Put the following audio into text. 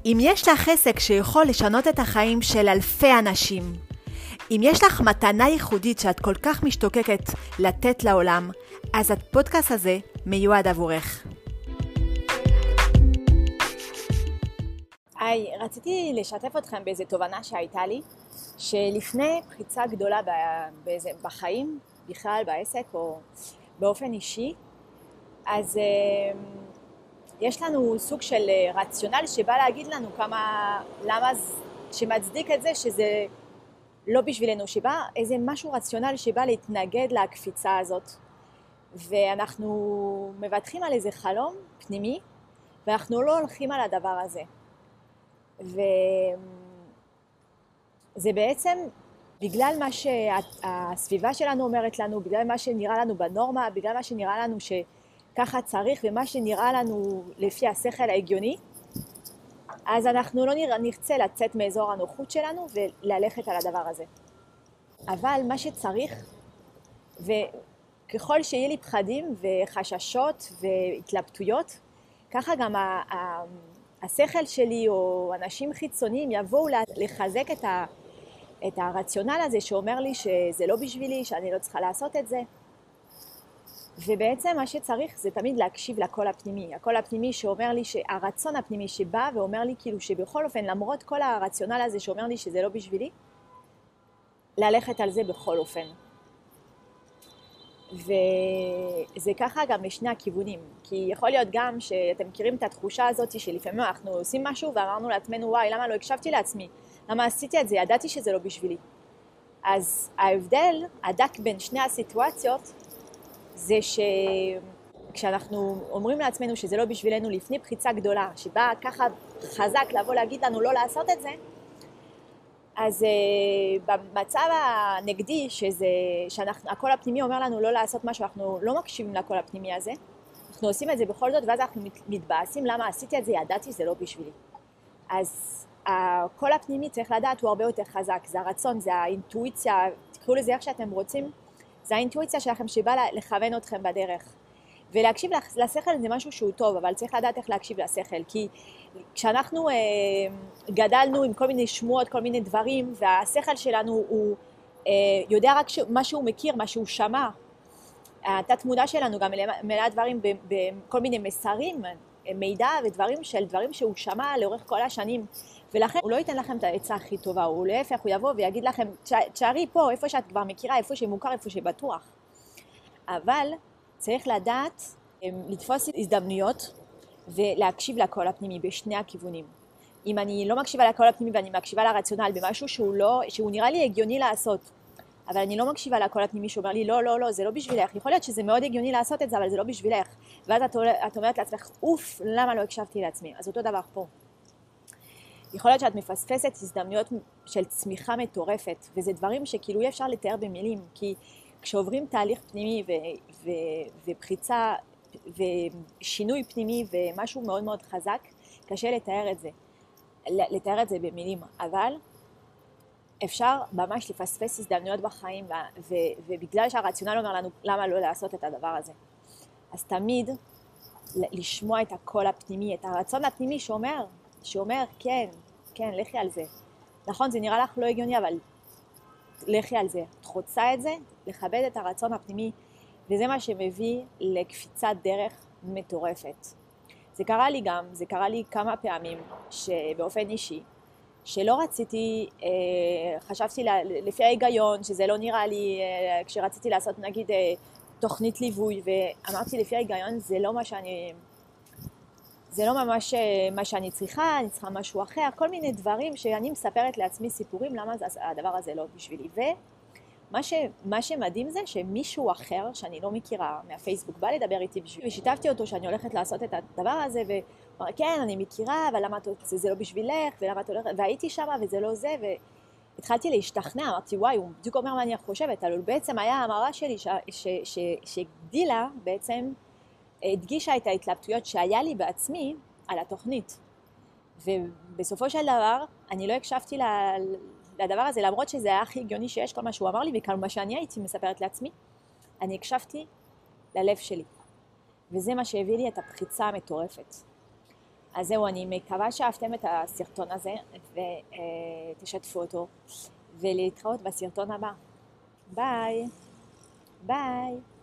אם יש לך עסק שיכול לשנות את החיים של אלפי אנשים, אם יש לך מתנה ייחודית שאת כל כך משתוקקת לתת לעולם, אז הפודקאסט הזה מיועד עבורך. היי, רציתי לשתף אתכם באיזו תובנה שהייתה לי, שלפני פריצה גדולה בחיים, בכלל בעסק או באופן אישי, אז יש לנו סוג של רציונל שבא להגיד לנו למה שמצדיק את זה שזה לא בשבילנו, שבא איזה משהו רציונל שבא להתנגד לקפיצה הזאת, ואנחנו מבטחים על איזה חלום פנימי, ואנחנו לא הולכים על הדבר הזה. וזה בעצם בגלל מה שהסביבה שלנו אומרת לנו, בגלל מה שנראה לנו בנורמה, בגלל מה שנראה לנו שככה צריך, ומה שנראה לנו לפי השכל ההגיוני, אז אנחנו לא נרצה לצאת מאזור הנוחות שלנו וללכת על הדבר הזה. אבל מה שצריך, וככל שיהיה לי פחדים וחששות והתלבטויות, ככה גם השכל שלי או אנשים חיצוניים יבואו לחזק את הרציונל הזה שאומר לי שזה לא בשבילי, שאני לא צריכה לעשות את זה. ובעצם מה שצריך זה תמיד להקשיב לקול הפנימי. הקול הפנימי שאומר לי, שהרצון הפנימי שבא ואומר לי כאילו שבכל אופן, למרות כל הרציונל הזה שאומר לי שזה לא בשבילי, ללכת על זה בכל אופן. וזה ככה גם לשני הכיוונים. כי יכול להיות גם שאתם מכירים את התחושה הזאת שלפעמים אנחנו עושים משהו ואמרנו לעצמנו, וואי, למה לא הקשבתי לעצמי? למה עשיתי את זה? ידעתי שזה לא בשבילי. אז ההבדל הדק בין שני הסיטואציות זה שכשאנחנו אומרים לעצמנו שזה לא בשבילנו לפני פריצה גדולה, שבא ככה חזק לבוא להגיד לנו לא לעשות את זה, אז במצב הנגדי, שהקול הפנימי אומר לנו לא לעשות משהו, אנחנו לא מקשיבים לקול הפנימי הזה, אנחנו עושים את זה בכל זאת, ואז אנחנו מתבאסים למה עשיתי את זה, ידעתי זה לא בשבילי. אז הקול הפנימי צריך לדעת הוא הרבה יותר חזק, זה הרצון, זה האינטואיציה, תקראו לזה איך שאתם רוצים, זה האינטואיציה שלכם שבא לכוון אתכם בדרך. ולהקשיב לשכל זה משהו שהוא טוב, אבל צריך לדעת איך להקשיב לשכל, כי כשאנחנו גדלנו עם כל מיני שמועות, כל מיני דברים, והשכל שלנו הוא יודע רק מה שהוא מכיר, מה שהוא שמע. התת מודע שלנו גם מלא דברים בכל מיני מסרים, מידע ודברים של דברים שהוא שמע לאורך כל השנים, ולכן הוא לא ייתן לכם את העצה הכי טובה, הוא להפך, הוא יבוא ויגיד לכם, תשארי פה, איפה שאת כבר מכירה, איפה שמוכר, איפה שבטוח. אבל צריך לדעת לתפוס הזדמנויות ולהקשיב לקול הפנימי בשני הכיוונים. אם אני לא מקשיבה לקול הפנימי ואני מקשיבה לרציונל במשהו שהוא נראה לי הגיוני לעשות, אבל אני לא מקשיבה לקול הפנימי שאומר לי לא, זה לא בשבילך. יכול להיות שזה מאוד הגיוני לעשות את זה, אבל זה לא בשבילך. ואז את אומרת לעצמך, אוף, למה לא הקשבתי לעצמי? אז אותו דבר פה. יכול להיות שאת מפספסת הזדמנויות של צמיחה מטורפת, וזה דברים שכאילו אי אפשר לתאר במילים, כי כשעוברים תהליך פנימי ופריצה ושינוי פנימי ומשהו מאוד מאוד חזק, קשה לתאר את זה במילים, אבל אפשר ממש לפספס הזדמנויות בחיים, ובגלל שהרציונל אומר לנו למה לא לעשות את הדבר הזה. אז תמיד לשמוע את הקול הפנימי, את הרצון הפנימי שאומר כן, לכי על זה. נכון, זה נראה לך לא הגיוני, אבל לכי על זה. את רוצה את זה, לכבד את הרצון הפנימי, וזה מה שמביא לקפיצת דרך מטורפת. זה קרה לי כמה פעמים שבאופן אישי, שלא רציתי, חשבתי לפי ההיגיון, שזה לא נראה לי, כשרציתי לעשות נגיד תוכנית ליווי, ואמרתי לפי ההיגיון, זה לא ממש מה שאני צריכה, אני צריכה משהו אחר, כל מיני דברים שאני מספרת לעצמי סיפורים, למה הדבר הזה לא בשבילי. ומה שמדהים זה שמישהו אחר, שאני לא מכירה מהפייסבוק, בא לדבר איתי בשבילי, ושיתפתי אותו שאני הולכת לעשות את הדבר הזה, ואמר, כן, אני מכירה, אבל למה זה לא בשבילך, ולמה את הולכת, והייתי שמה וזה לא זה, והתחלתי להשתכנע, אמרתי, וואי, הוא בדיוק אומר מה אני חושבת, אבל בעצם היה המראה שלי שהגדילה בעצם, הדגישה את ההתלבטויות שהיה לי בעצמי על התוכנית. ובסופו של דבר, אני לא הקשבתי לדבר הזה, למרות שזה היה הכי הגיוני שיש כל מה שהוא אמר לי, וכל מה שאני הייתי מספרת לעצמי, אני הקשבתי ללב שלי. וזה מה שהביא לי את הפריצה המטורפת. אז זהו, אני מקווה שאהבתם את הסרטון הזה ותשתפו אותו, ולהתראות בסרטון הבא. ביי. ביי.